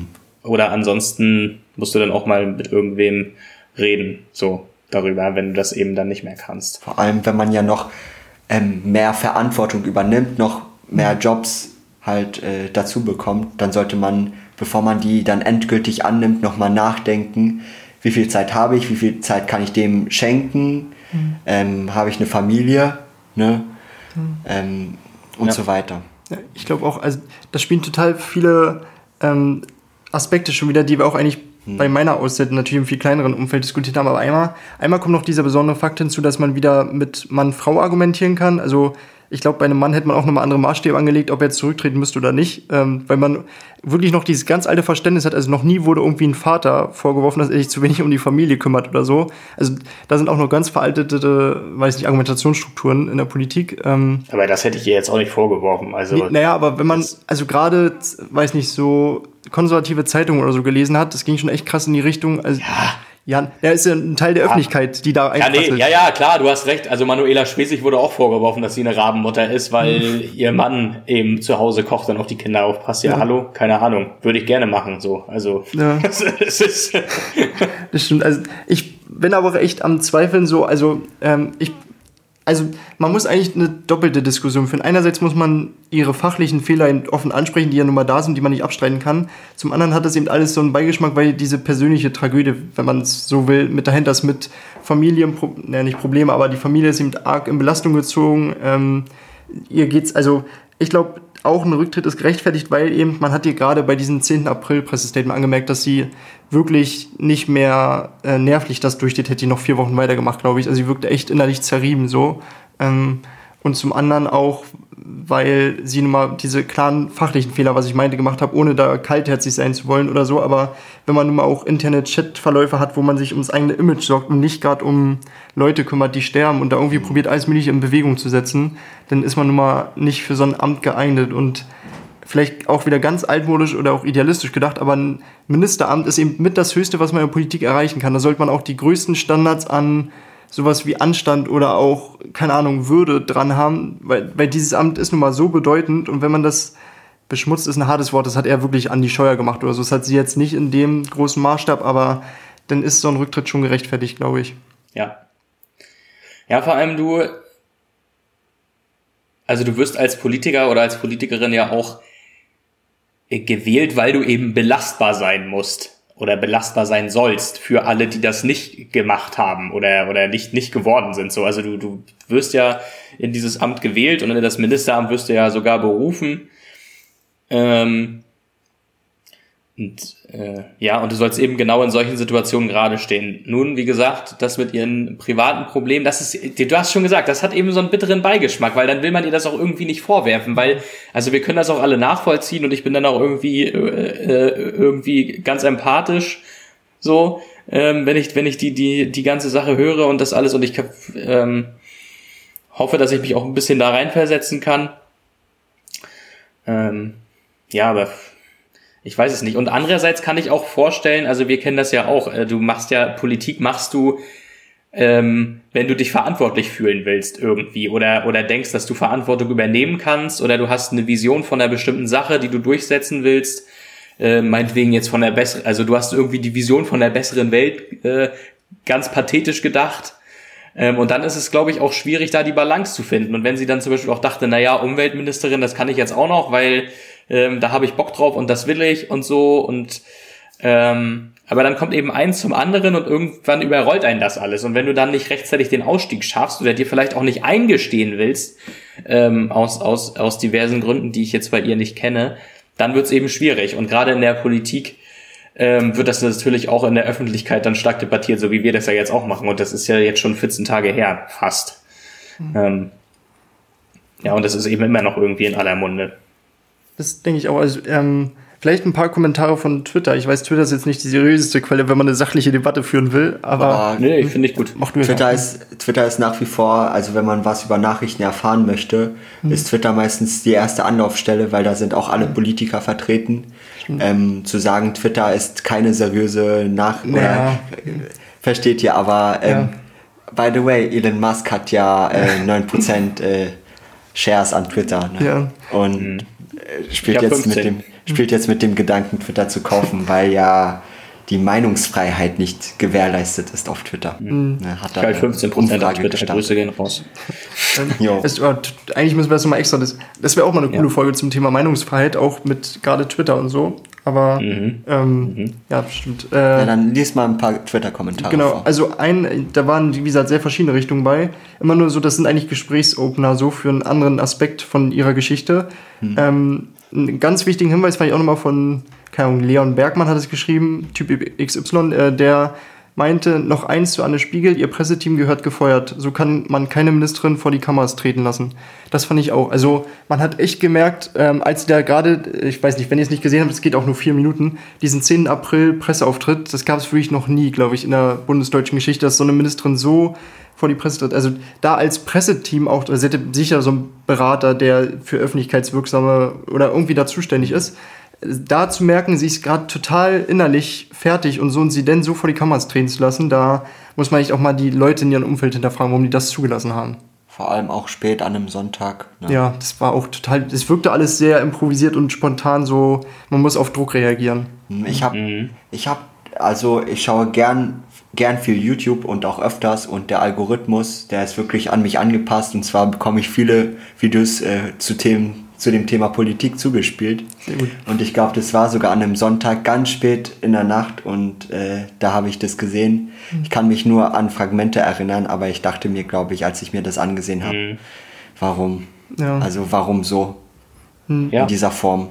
oder ansonsten musst du dann auch mal mit irgendwem reden, so darüber, wenn du das eben dann nicht mehr kannst. Vor allem, wenn man ja noch mehr Verantwortung übernimmt, noch mehr Jobs halt dazu bekommt, dann sollte man, bevor man die dann endgültig annimmt, nochmal nachdenken, wie viel Zeit habe ich, wie viel Zeit kann ich dem schenken, habe ich eine Familie, ne? Und so weiter. Ja, ich glaube auch, also das spielen total viele Aspekte schon wieder, die wir auch eigentlich bei meiner Auszeit natürlich im viel kleineren Umfeld diskutiert haben, aber einmal kommt noch dieser besondere Fakt hinzu, dass man wieder mit Mann-Frau argumentieren kann. Also ich glaube, bei einem Mann hätte man auch nochmal andere Maßstäbe angelegt, ob er jetzt zurücktreten müsste oder nicht, weil man wirklich noch dieses ganz alte Verständnis hat. Also noch nie wurde irgendwie ein Vater vorgeworfen, dass er sich zu wenig um die Familie kümmert oder so. Also da sind auch noch ganz veraltete, Argumentationsstrukturen in der Politik. Aber das hätte ich ihr jetzt auch nicht vorgeworfen. Also naja, aber wenn man, also gerade, so konservative Zeitungen oder so gelesen hat, das ging schon echt krass in die Richtung. Also, ja, er ist ja ein Teil der Öffentlichkeit, die da einprasselt. Ja, klar, du hast recht. Also Manuela Schwesig wurde auch vorgeworfen, dass sie eine Rabenmutter ist, weil ihr Mann eben zu Hause kocht und auf die Kinder aufpasst. Ja, hallo, keine Ahnung. Würde ich gerne machen, so. Also, es ist... Das stimmt. Also, ich bin aber auch echt am Zweifeln so, man muss eigentlich eine doppelte Diskussion führen. Einerseits muss man ihre fachlichen Fehler offen ansprechen, die ja nun mal da sind, die man nicht abstreiten kann. Zum anderen hat das eben alles so einen Beigeschmack, weil diese persönliche Tragödie, wenn man es so will, mit dahinter ist mit nicht Probleme, aber die Familie ist eben arg in Belastung gezogen. Ihr geht's, also ich glaube, auch ein Rücktritt ist gerechtfertigt, weil eben, man hat ihr gerade bei diesem 10. April-Pressestatement angemerkt, dass sie wirklich nicht mehr nervlich das durchsteht, hätte sie noch 4 Wochen weitergemacht, glaube ich. Also sie wirkte echt innerlich zerrieben so. Und zum anderen auch, weil sie nun mal diese klaren fachlichen Fehler, was ich meinte, gemacht hat, ohne da kaltherzig sein zu wollen oder so. Aber wenn man nun mal auch interne Chatverläufe hat, wo man sich ums eigene Image sorgt und nicht gerade um Leute kümmert, die sterben und da irgendwie probiert, alles Mögliche in Bewegung zu setzen, dann ist man nun mal nicht für so ein Amt geeignet. Und vielleicht auch wieder ganz altmodisch oder auch idealistisch gedacht, aber ein Ministeramt ist eben mit das Höchste, was man in der Politik erreichen kann. Da sollte man auch die größten Standards an sowas wie Anstand oder auch, keine Ahnung, Würde dran haben, weil dieses Amt ist nun mal so bedeutend und wenn man das beschmutzt, ist ein hartes Wort, das hat er wirklich Andi Scheuer gemacht oder so, das hat sie jetzt nicht in dem großen Maßstab, aber dann ist so ein Rücktritt schon gerechtfertigt, glaube ich. Ja, vor allem du wirst als Politiker oder als Politikerin ja auch gewählt, weil du eben belastbar sein musst oder belastbar sein sollst für alle, die das nicht gemacht haben oder nicht geworden sind. So, also du wirst ja in dieses Amt gewählt und in das Ministeramt wirst du ja sogar berufen. Und du sollst eben genau in solchen Situationen gerade stehen. Nun, wie gesagt, das mit ihren privaten Problemen, du hast schon gesagt, das hat eben so einen bitteren Beigeschmack, weil dann will man ihr das auch irgendwie nicht vorwerfen, weil, also wir können das auch alle nachvollziehen und ich bin dann auch irgendwie ganz empathisch, so, wenn ich die ganze Sache höre und das alles und ich hoffe, dass ich mich auch ein bisschen da reinversetzen kann. Aber ich weiß es nicht. Und andererseits kann ich auch vorstellen, also wir kennen das ja auch, Politik machst du, wenn du dich verantwortlich fühlen willst irgendwie oder denkst, dass du Verantwortung übernehmen kannst oder du hast eine Vision von einer bestimmten Sache, die du durchsetzen willst, meinetwegen jetzt von der besseren, also du hast irgendwie die Vision von der besseren Welt ganz pathetisch gedacht. Und dann ist es, glaube ich, auch schwierig, da die Balance zu finden. Und wenn sie dann zum Beispiel auch dachte, Umweltministerin, das kann ich jetzt auch noch, weil da habe ich Bock drauf und das will ich und so und aber dann kommt eben eins zum anderen und irgendwann überrollt einen das alles und wenn du dann nicht rechtzeitig den Ausstieg schaffst oder dir vielleicht auch nicht eingestehen willst aus diversen Gründen, die ich jetzt bei ihr nicht kenne, dann wird's eben schwierig und gerade in der Politik wird das natürlich auch in der Öffentlichkeit dann stark debattiert, so wie wir das ja jetzt auch machen und das ist ja jetzt schon 14 Tage her, fast. Und das ist eben immer noch irgendwie in aller Munde. Das denke ich auch. Also, vielleicht ein paar Kommentare von Twitter. Ich weiß, Twitter ist jetzt nicht die seriöseste Quelle, wenn man eine sachliche Debatte führen will, aber nee, finde ich gut. Twitter ist nach wie vor, also wenn man was über Nachrichten erfahren möchte, ist Twitter meistens die erste Anlaufstelle, weil da sind auch alle Politiker vertreten. Zu sagen, Twitter ist keine seriöse versteht ihr, aber by the way, Elon Musk hat ja 9% Shares an Twitter. Ne? Ja. Und spielt jetzt 15. spielt jetzt mit dem Gedanken, Twitter zu kaufen, weil ja die Meinungsfreiheit nicht gewährleistet ist auf Twitter. Hat da 15% auf Twitter, Grüße gehen raus. Eigentlich müssen wir das nochmal extra, das wäre auch mal eine coole Folge zum Thema Meinungsfreiheit, auch mit gerade Twitter und so. Aber, ja, stimmt. Dann lies mal ein paar Twitter-Kommentare vor. Genau, also da waren, wie gesagt, sehr verschiedene Richtungen bei. Immer nur so, das sind eigentlich Gesprächsopener, so für einen anderen Aspekt von ihrer Geschichte. Einen ganz wichtigen Hinweis fand ich auch nochmal von, keine Ahnung, Leon Bergmann hat es geschrieben, Typ XY, der meinte, noch eins zu Anne Spiegel, ihr Presseteam gehört gefeuert. So kann man keine Ministerin vor die Kameras treten lassen. Das fand ich auch. Also man hat echt gemerkt, als sie da gerade, ich weiß nicht, wenn ihr es nicht gesehen habt, es geht auch nur 4 Minuten, diesen 10. April Presseauftritt, das gab es wirklich noch nie, glaube ich, in der bundesdeutschen Geschichte, dass so eine Ministerin so vor die Presse tritt. Also da als Presseteam auch, also sie hätte sicher so einen Berater, der für öffentlichkeitswirksame oder irgendwie da zuständig ist, da zu merken, sie ist gerade total innerlich fertig und so, und sie denn so vor die Kameras treten zu lassen, da muss man echt auch mal die Leute in ihrem Umfeld hinterfragen, warum die das zugelassen haben. Vor allem auch spät an einem Sonntag. Ne? Ja, das war auch total, es wirkte alles sehr improvisiert und spontan, so, man muss auf Druck reagieren. Ich schaue gern viel YouTube und auch öfters, und der Algorithmus, der ist wirklich an mich angepasst, und zwar bekomme ich viele Videos zu dem Thema Politik zugespielt. Sehr gut. Und ich glaube, das war sogar an einem Sonntag ganz spät in der Nacht, und da habe ich das gesehen. Ich kann mich nur an Fragmente erinnern, aber ich dachte mir, glaube ich, als ich mir das angesehen habe, warum so in dieser Form?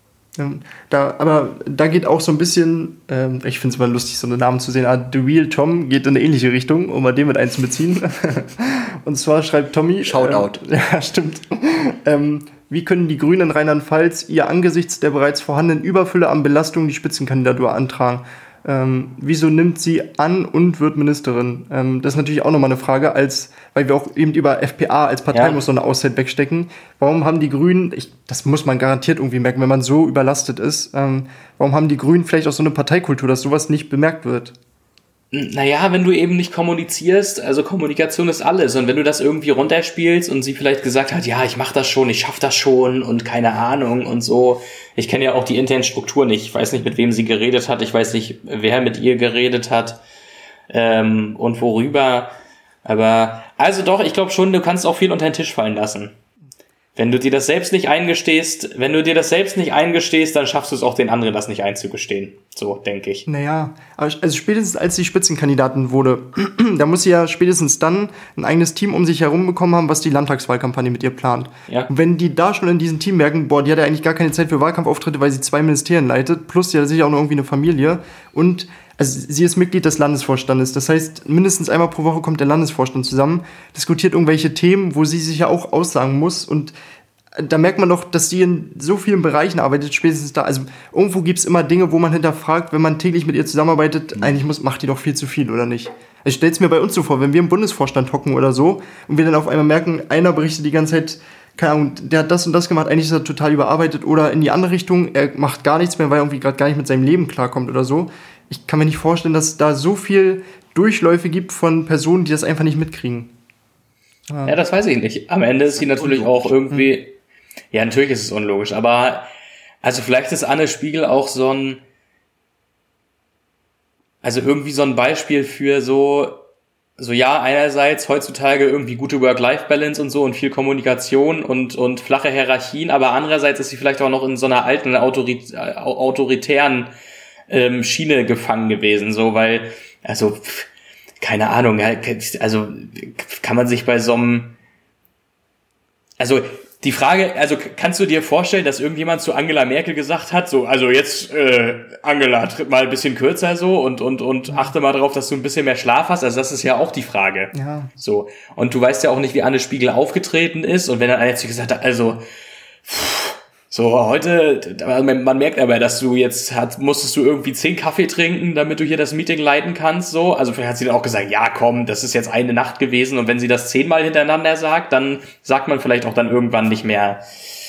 Da geht auch so ein bisschen, ich finde es immer lustig, so einen Namen zu sehen, The Real Tom geht in eine ähnliche Richtung, um mal den mit einzubeziehen. Und zwar schreibt Tommy... Shoutout. Ja, stimmt. Wie können die Grünen in Rheinland-Pfalz ihr angesichts der bereits vorhandenen Überfülle an Belastungen die Spitzenkandidatur antragen? Wieso nimmt sie an und wird Ministerin? Das ist natürlich auch nochmal eine Frage, weil wir auch eben über FPA als Partei muss so eine Auszeit wegstecken. Warum haben die Grünen, das muss man garantiert irgendwie merken, wenn man so überlastet ist, warum haben die Grünen vielleicht auch so eine Parteikultur, dass sowas nicht bemerkt wird? Naja, wenn du eben nicht kommunizierst, also Kommunikation ist alles, und wenn du das irgendwie runterspielst und sie vielleicht gesagt hat, ja, ich mach das schon, ich schaff das schon und keine Ahnung und so. Ich kenne ja auch die internen Strukturen nicht, ich weiß nicht, mit wem sie geredet hat, ich weiß nicht, wer mit ihr geredet hat und worüber, aber also doch, ich glaube schon, du kannst auch viel unter den Tisch fallen lassen. Wenn du dir das selbst nicht eingestehst, dann schaffst du es auch den anderen, das nicht einzugestehen. So, denke ich. Naja, also spätestens als sie Spitzenkandidatin wurde, da muss sie ja spätestens dann ein eigenes Team um sich herum bekommen haben, was die Landtagswahlkampagne mit ihr plant. Ja. Und wenn die da schon in diesem Team merken, die hat ja eigentlich gar keine Zeit für Wahlkampfauftritte, weil sie 2 Ministerien leitet, plus sie hat sicher auch noch irgendwie eine Familie, und also sie ist Mitglied des Landesvorstandes. Das heißt, mindestens einmal pro Woche kommt der Landesvorstand zusammen, diskutiert irgendwelche Themen, wo sie sich ja auch aussagen muss. Und da merkt man doch, dass sie in so vielen Bereichen arbeitet, spätestens da. Also irgendwo gibt es immer Dinge, wo man hinterfragt, wenn man täglich mit ihr zusammenarbeitet, eigentlich macht die doch viel zu viel, oder nicht? Ich stelle es mir bei uns so vor, wenn wir im Bundesvorstand hocken oder so und wir dann auf einmal merken, einer berichtet die ganze Zeit, keine Ahnung, der hat das und das gemacht, eigentlich ist er total überarbeitet, oder in die andere Richtung, er macht gar nichts mehr, weil er irgendwie gerade gar nicht mit seinem Leben klarkommt oder so. Ich kann mir nicht vorstellen, dass es da so viel Durchläufe gibt von Personen, die das einfach nicht mitkriegen. Ja, das weiß ich nicht. Am Ende ist sie natürlich auch irgendwie... Ja, natürlich ist es unlogisch, aber also vielleicht ist Anne Spiegel auch so ein Beispiel für so ja, einerseits heutzutage irgendwie gute Work-Life-Balance und so und viel Kommunikation und flache Hierarchien, aber andererseits ist sie vielleicht auch noch in so einer alten autoritären Schiene gefangen gewesen, so, weil, also, keine Ahnung, also kann man sich bei so einem, also die Frage, also kannst du dir vorstellen, dass irgendjemand zu Angela Merkel gesagt hat, so, also jetzt, Angela, tritt mal ein bisschen kürzer so und achte mal darauf, dass du ein bisschen mehr Schlaf hast, also das ist ja auch die Frage. Ja. So. Und du weißt ja auch nicht, wie Anne Spiegel aufgetreten ist, und wenn dann einer zu gesagt hat, also, so, heute, man merkt aber, dass du jetzt musstest du irgendwie 10 Kaffee trinken, damit du hier das Meeting leiten kannst, so. Also vielleicht hat sie dann auch gesagt, ja komm, das ist jetzt eine Nacht gewesen, und wenn sie das 10-mal hintereinander sagt, dann sagt man vielleicht auch dann irgendwann nicht mehr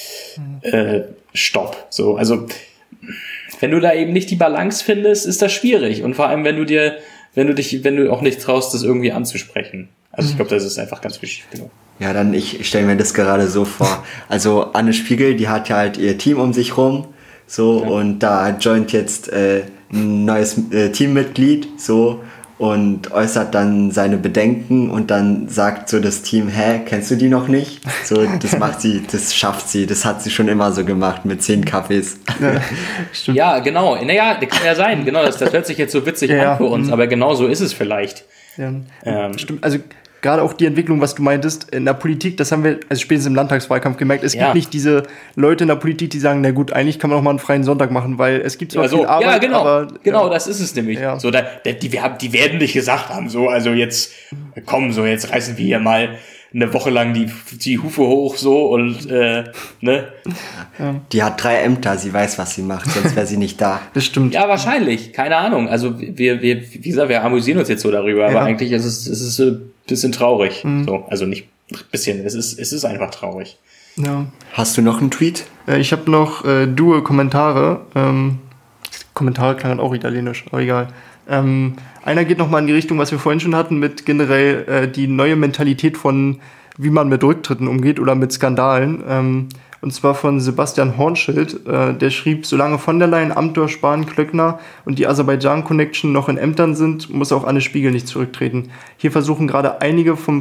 Stopp. So, also wenn du da eben nicht die Balance findest, ist das schwierig, und vor allem wenn du auch nicht traust, das irgendwie anzusprechen. Also ich glaube, das ist einfach ganz wichtig genug. Ja, ich stelle mir das gerade so vor. Also Anne Spiegel, die hat ja halt ihr Team um sich rum, so, und da joint jetzt ein neues Teammitglied, so, und äußert dann seine Bedenken und dann sagt so das Team, kennst du die noch nicht? So, das macht sie, das schafft sie, das hat sie schon immer so gemacht mit 10 Kaffees. Ja, genau. Naja, das kann ja sein. Genau, das hört sich jetzt so witzig an für uns, aber genau so ist es vielleicht. Ja. Stimmt, also gerade auch die Entwicklung, was du meintest, in der Politik, das haben wir also spätestens im Landtagswahlkampf gemerkt, es gibt nicht diese Leute in der Politik, die sagen, na gut, eigentlich kann man auch mal einen freien Sonntag machen, weil es gibt zwar viel Arbeit, genau, aber... Genau, das ist es nämlich. Ja. So, die werden nicht gesagt haben, so, also jetzt, komm, so, jetzt reißen wir hier mal eine Woche lang die Hufe hoch, so, und, ne? Ja. Die hat 3 Ämter, sie weiß, was sie macht, sonst wäre sie nicht da. Das stimmt. Ja, wahrscheinlich, keine Ahnung. Also, wie gesagt, wir amüsieren uns jetzt so darüber, aber eigentlich ist es ein bisschen traurig. So, also nicht ein bisschen, es ist einfach traurig. Ja. Hast du noch einen Tweet? Ich habe noch Kommentare. Kommentare klangen auch italienisch, aber egal. Einer geht nochmal in die Richtung, was wir vorhin schon hatten, mit generell die neue Mentalität von, wie man mit Rücktritten umgeht oder mit Skandalen. Und zwar von Sebastian Hornschild. Der schrieb, solange von der Leyen, Amthor, Spahn, Klöckner und die Aserbaidschan-Connection noch in Ämtern sind, muss auch Anne Spiegel nicht zurücktreten. Hier versuchen gerade einige von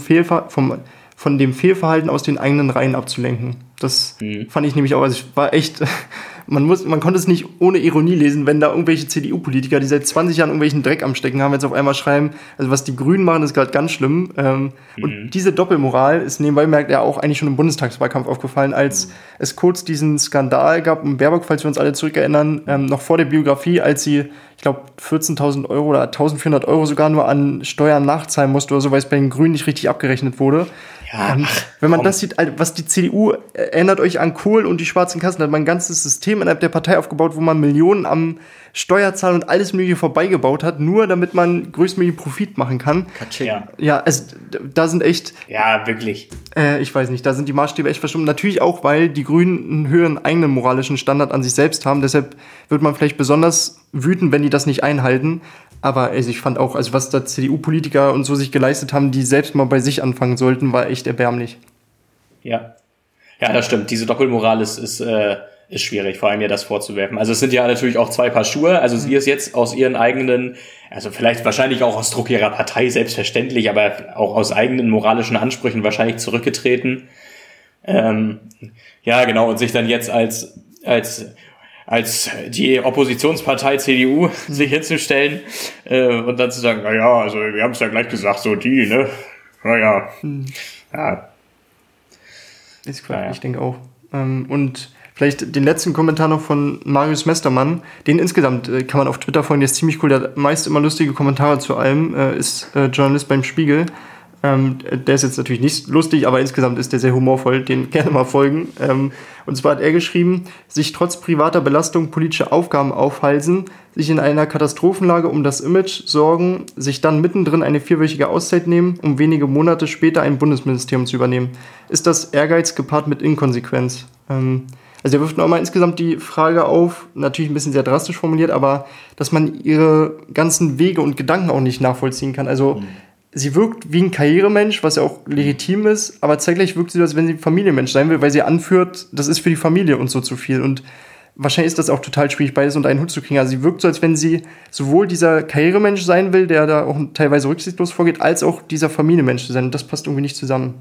dem Fehlverhalten aus den eigenen Reihen abzulenken. Das fand ich nämlich auch, also ich war echt, man konnte es nicht ohne Ironie lesen, wenn da irgendwelche CDU-Politiker, die seit 20 Jahren irgendwelchen Dreck am Stecken haben, jetzt auf einmal schreiben, also was die Grünen machen, ist gerade ganz schlimm. Und diese Doppelmoral ist nebenbei merkt er auch eigentlich schon im Bundestagswahlkampf aufgefallen, als es kurz diesen Skandal gab um Baerbock, falls wir uns alle zurückerinnern, noch vor der Biografie, als sie, ich glaube, 14.000 Euro oder 1.400 Euro sogar nur an Steuern nachzahlen musste oder so, weil es bei den Grünen nicht richtig abgerechnet wurde. Ja, wenn man das sieht, was die CDU, erinnert euch an Kohl und die schwarzen Kassen, da hat man ein ganzes System innerhalb der Partei aufgebaut, wo man Millionen am Steuerzahlen und alles Mögliche vorbeigebaut hat, nur damit man größtmöglichen Profit machen kann. Ja, also da sind echt... Ja, wirklich. Ich weiß nicht, da sind die Maßstäbe echt verschwommen. Natürlich auch, weil die Grünen einen höheren eigenen moralischen Standard an sich selbst haben. Deshalb wird man vielleicht besonders wütend, wenn die das nicht einhalten. Aber also ich fand auch, also was da CDU-Politiker und so sich geleistet haben, die selbst mal bei sich anfangen sollten, war echt erbärmlich. Ja, das stimmt. Diese Doppelmoral ist schwierig, vor allem ihr das vorzuwerfen. Also es sind ja natürlich auch 2 Paar Schuhe. Also sie ist jetzt aus ihren eigenen, also vielleicht wahrscheinlich auch aus Druck ihrer Partei, selbstverständlich, aber auch aus eigenen moralischen Ansprüchen wahrscheinlich zurückgetreten. Ja, genau, und sich dann jetzt als die Oppositionspartei CDU sich hinzustellen und dann zu sagen, naja, also wir haben es ja gleich gesagt, so die, ne? Naja. Ja. Ist klar, ich denke auch. Und vielleicht den letzten Kommentar noch von Marius Mestermann. Den insgesamt kann man auf Twitter folgen, der ist ziemlich cool, der hat meist immer lustige Kommentare zu allem, ist Journalist beim Spiegel. Der ist jetzt natürlich nicht lustig, aber insgesamt ist der sehr humorvoll, den gerne mal folgen. Und zwar hat er geschrieben, sich trotz privater Belastung politische Aufgaben aufhalsen, sich in einer Katastrophenlage um das Image sorgen, sich dann mittendrin eine 4-wöchige Auszeit nehmen, um wenige Monate später ein Bundesministerium zu übernehmen. Ist das Ehrgeiz gepaart mit Inkonsequenz? Also er wirft nochmal insgesamt die Frage auf, natürlich ein bisschen sehr drastisch formuliert, aber dass man ihre ganzen Wege und Gedanken auch nicht nachvollziehen kann. Also sie wirkt wie ein Karrieremensch, was ja auch legitim ist, aber zeitgleich wirkt sie so, als wenn sie ein Familienmensch sein will, weil sie anführt, das ist für die Familie und so zu viel. Und wahrscheinlich ist das auch total schwierig, beides unter einen Hut zu kriegen. Also sie wirkt so, als wenn sie sowohl dieser Karrieremensch sein will, der da auch teilweise rücksichtslos vorgeht, als auch dieser Familienmensch zu sein. Und das passt irgendwie nicht zusammen.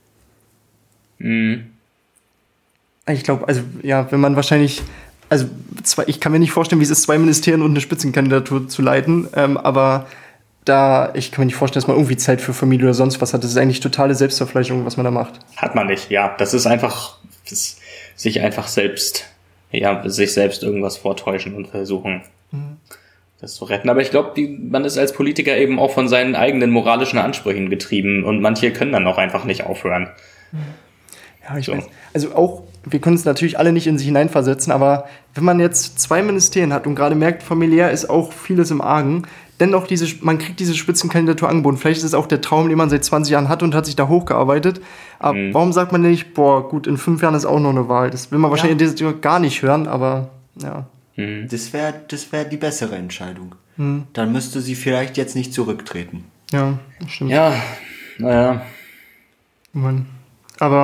Ich glaube, also ja, wenn man wahrscheinlich, also ich kann mir nicht vorstellen, wie es ist, 2 Ministerien und eine Spitzenkandidatur zu leiten, aber ich kann mir nicht vorstellen, dass man irgendwie Zeit für Familie oder sonst was hat. Das ist eigentlich totale Selbstverfleischung, was man da macht. Hat man nicht, ja. Das ist einfach, sich selbst irgendwas vortäuschen und versuchen, das zu retten. Aber ich glaube, man ist als Politiker eben auch von seinen eigenen moralischen Ansprüchen getrieben und manche können dann auch einfach nicht aufhören. Ja, ich weiß. Also auch, wir können es natürlich alle nicht in sich hineinversetzen, aber wenn man jetzt 2 Ministerien hat und gerade merkt, familiär ist auch vieles im Argen, dennoch man kriegt diese Spitzenkandidatur angeboten. Vielleicht ist es auch der Traum, den man seit 20 Jahren hat und hat sich da hochgearbeitet. Aber warum sagt man nicht, gut, in 5 Jahren ist auch noch eine Wahl? Das will man wahrscheinlich in dieser Situation gar nicht hören, aber ja. Das wär die bessere Entscheidung. Dann müsste sie vielleicht jetzt nicht zurücktreten. Ja, stimmt. Ja, naja. Mann. Aber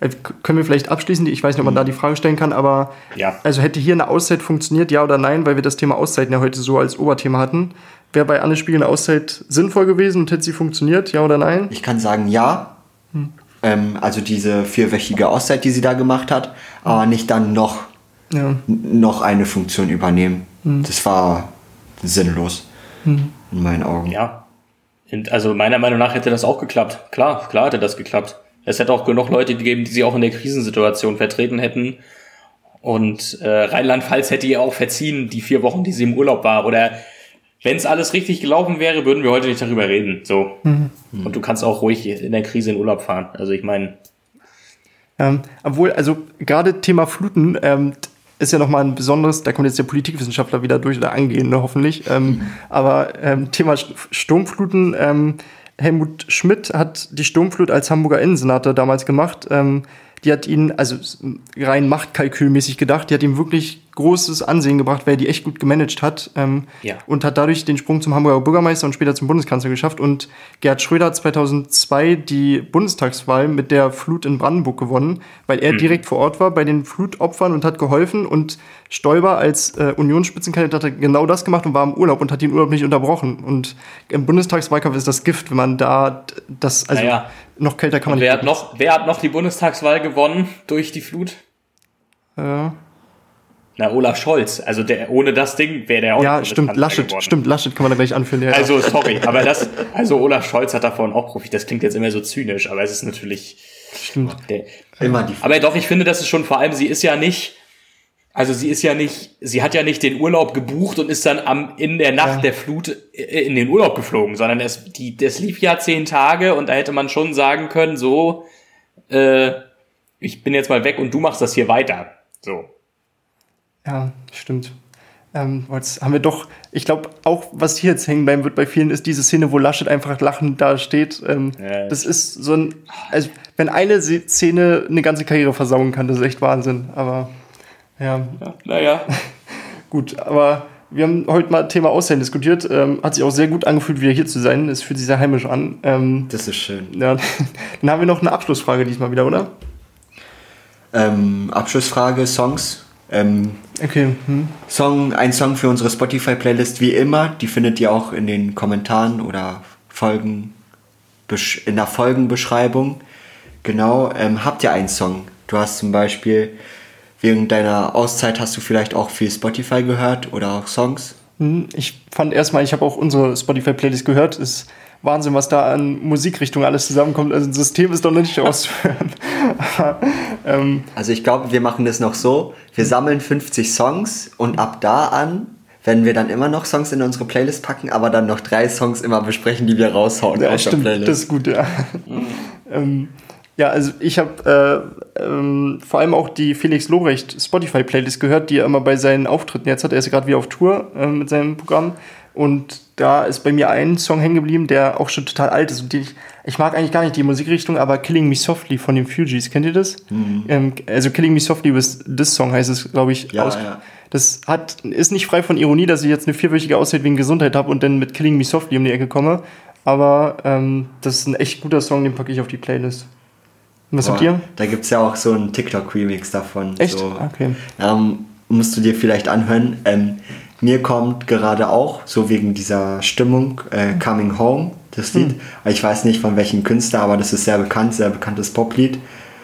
können wir vielleicht abschließen, ich weiß nicht, ob man da die Frage stellen kann, aber also hätte hier eine Auszeit funktioniert, ja oder nein, weil wir das Thema Auszeiten ja heute so als Oberthema hatten. Wäre bei Anne Spiegel eine Auszeit sinnvoll gewesen und hätte sie funktioniert, ja oder nein? Ich kann sagen, ja. Also diese 4-wöchige Auszeit, die sie da gemacht hat, aber nicht dann noch eine Funktion übernehmen. Das war sinnlos in meinen Augen. Ja, also meiner Meinung nach hätte das auch geklappt. Klar hätte das geklappt. Es hätte auch genug Leute gegeben, die sie auch in der Krisensituation vertreten hätten. Und Rheinland-Pfalz hätte ihr auch verziehen, die 4 Wochen, die sie im Urlaub war. Oder wenn es alles richtig gelaufen wäre, würden wir heute nicht darüber reden. So. Und du kannst auch ruhig in der Krise in Urlaub fahren. Also ich meine... obwohl, also gerade Thema Fluten ist ja nochmal ein besonderes, da kommt jetzt der Politikwissenschaftler wieder durch, oder angehende hoffentlich, aber Thema Sturmfluten, Helmut Schmidt hat die Sturmflut als Hamburger Innensenator damals gemacht, die hat ihn, also rein machtkalkülmäßig gedacht, die hat ihm wirklich großes Ansehen gebracht, weil er die echt gut gemanagt hat und hat dadurch den Sprung zum Hamburger Bürgermeister und später zum Bundeskanzler geschafft. Und Gerhard Schröder hat 2002 die Bundestagswahl mit der Flut in Brandenburg gewonnen, weil er direkt vor Ort war bei den Flutopfern und hat geholfen. Und Stoiber als Unionsspitzenkandidat hat genau das gemacht und war im Urlaub und hat den Urlaub nicht unterbrochen. Und im Bundestagswahlkampf ist das Gift, wenn man da das, also noch kälter kann man nicht. Wer hat noch die Bundestagswahl gewonnen durch die Flut? Na, Olaf Scholz. Also ohne das Ding wäre der auch nicht stimmt, Laschet kann man da gleich anführen. Ja. Also, sorry, aber Olaf Scholz hat davon auch profitiert. Das klingt jetzt immer so zynisch, aber es ist natürlich... Stimmt. Aber doch, ich finde, das ist schon, vor allem, sie hat ja nicht den Urlaub gebucht und ist dann in der Nacht der Flut in den Urlaub geflogen, sondern das lief ja 10 Tage und da hätte man schon sagen können, so, ich bin jetzt mal weg und du machst das hier weiter. So. Ja, stimmt. Jetzt haben wir doch, ich glaube, auch was hier jetzt hängen bleiben wird bei vielen, ist diese Szene, wo Laschet einfach lachend da steht. Das ist so ein, also wenn eine Szene eine ganze Karriere versauen kann, das ist echt Wahnsinn. Aber naja. Gut, aber wir haben heute mal Thema Aussehen diskutiert. Hat sich auch sehr gut angefühlt, wieder hier zu sein. Es fühlt sich sehr heimisch an. Das ist schön. Ja, dann haben wir noch eine Abschlussfrage diesmal wieder, oder? Abschlussfrage, Songs. Okay. Ein Song für unsere Spotify-Playlist, wie immer. Die findet ihr auch in den Kommentaren oder in der Folgenbeschreibung. Genau. Habt ihr einen Song? Du hast zum Beispiel, während deiner Auszeit hast du vielleicht auch viel Spotify gehört oder auch Songs? Ich fand erstmal, ich habe auch unsere Spotify-Playlist gehört. Ist Wahnsinn, was da an Musikrichtungen alles zusammenkommt. Also ein System ist doch nicht auszuhören. Also ich glaube, wir machen das noch so. Wir sammeln 50 Songs und ab da an werden wir dann immer noch Songs in unsere Playlist packen, aber dann noch 3 Songs immer besprechen, die wir raushauen aus der Playlist. Das ist gut, ja. Ja, also ich habe vor allem auch die Felix Lobrecht Spotify-Playlist gehört, die er immer bei seinen Auftritten jetzt hat. Er ist gerade wieder auf Tour mit seinem Programm. Und da ist bei mir ein Song hängen geblieben, der auch schon total alt ist. Und ich mag eigentlich gar nicht die Musikrichtung, aber Killing Me Softly von den Fugees, kennt ihr das? Also Killing Me Softly with This Song heißt es, glaube ich. Ja. Das ist nicht frei von Ironie, dass ich jetzt eine 4-wöchige Auszeit wegen Gesundheit habe und dann mit Killing Me Softly um die Ecke komme. Aber das ist ein echt guter Song, den packe ich auf die Playlist. Und was habt ihr? Da gibt es ja auch so einen TikTok-Remix davon. Echt? So. Okay. Musst du dir vielleicht anhören. Mir kommt gerade auch, so wegen dieser Stimmung, Coming Home, das Lied. Ich weiß nicht von welchem Künstler, aber das ist sehr bekanntes Poplied.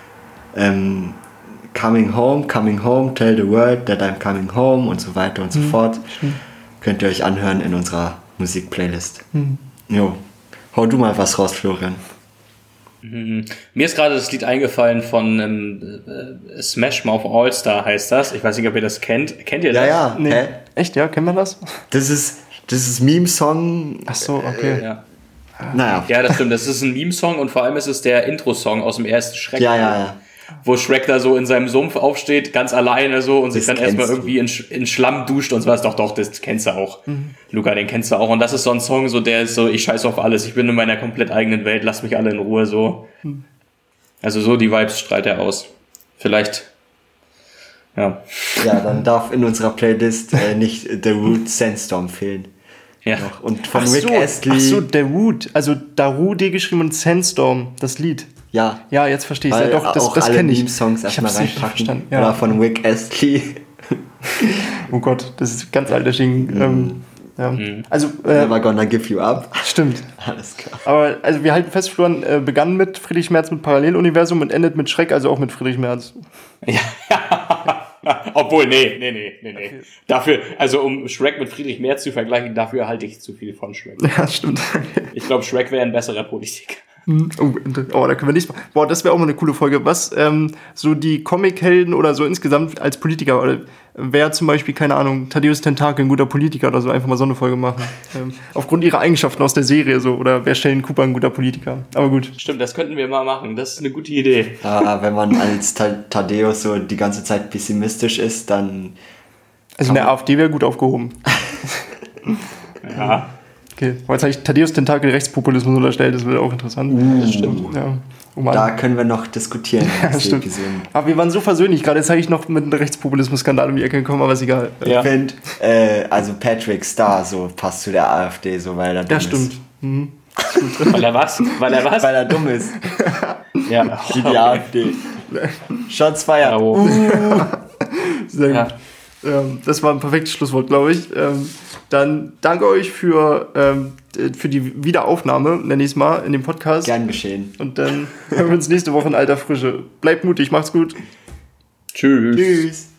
Coming home, tell the world that I'm coming home und so weiter und so fort. Könnt ihr euch anhören in unserer Musikplaylist. Jo, hau du mal was raus, Florian. Mir ist gerade das Lied eingefallen von Smash Mouth All Star heißt das. Ich weiß nicht, ob ihr das kennt. Kennt ihr das? Ja. Nee. Echt, ja? Kennt man das? Das ist Meme-Song. Ach so, okay. Ja. Naja. Ja, das stimmt. Das ist ein Meme-Song und vor allem ist es der Intro-Song aus dem ersten Shrek. Ja. Wo Shrek da so in seinem Sumpf aufsteht, ganz alleine so und sich dann erstmal irgendwie in Schlamm duscht und so was. Doch, das kennst du auch. Luca, den kennst du auch. Und das ist so ein Song, so der ist so, ich scheiß auf alles, ich bin in meiner komplett eigenen Welt, lasst mich alle in Ruhe, so. Also so die Vibes strahlt er aus. Vielleicht, ja. Ja, dann darf in unserer Playlist nicht The Root Sandstorm fehlen. Ja. Und von Rick Astley. Ach so, The Root, also Darude geschrieben und Sandstorm, das Lied. Ja. Ja, jetzt verstehe ich es. Ja, doch, das kenne ich. Meme-Songs erstmal reinpacken. Ja. Oder von Rick Astley. Oh Gott, das ist ganz alter Ding. Ja. Also, Never Gonna Give You Up. Stimmt. Alles klar. Aber also wir halten fest, Florian begann mit Friedrich Merz mit Paralleluniversum und endet mit Shrek, also auch mit Friedrich Merz. Ja. Obwohl, nee. Okay. Dafür, also um Shrek mit Friedrich Merz zu vergleichen, dafür halte ich zu viel von Shrek. Ja, stimmt. Ich glaube, Shrek wäre ein besserer Politiker. Oh, da können wir nicht. Boah, das wäre auch mal eine coole Folge. Was so die Comichelden oder so insgesamt als Politiker, oder wer zum Beispiel, keine Ahnung, Thaddeus Tentakel, ein guter Politiker oder so, einfach mal so eine Folge machen. Aufgrund ihrer Eigenschaften aus der Serie so, oder wer Sheldon Cooper ein guter Politiker. Aber gut. Stimmt, das könnten wir mal machen. Das ist eine gute Idee. Wenn man als Thaddeus so die ganze Zeit pessimistisch ist, dann... Also in der AfD wäre gut aufgehoben. Ja. Okay, aber jetzt habe ich Thaddeus Tentakel Rechtspopulismus unterstellt, das wird auch interessant. Das stimmt. Ja. Da können wir noch diskutieren. Ja, stimmt. Aber wir waren so versöhnlich, gerade jetzt habe ich noch mit einem Rechtspopulismus-Skandal um die Ecke gekommen, aber ist egal. Ja. Ich finde, also Patrick Star so passt zu der AfD, so weil er dumm ist. Ja, stimmt. Mhm. Weil er was? Weil er dumm ist. Ja. Wie die AfD. Shots fired. Sehr gut. Das war ein perfektes Schlusswort, glaube ich. Dann danke euch für die Wiederaufnahme, nenne ich es mal, in dem Podcast. Gern geschehen. Und dann hören wir uns nächste Woche in alter Frische. Bleibt mutig, macht's gut. Tschüss. Tschüss.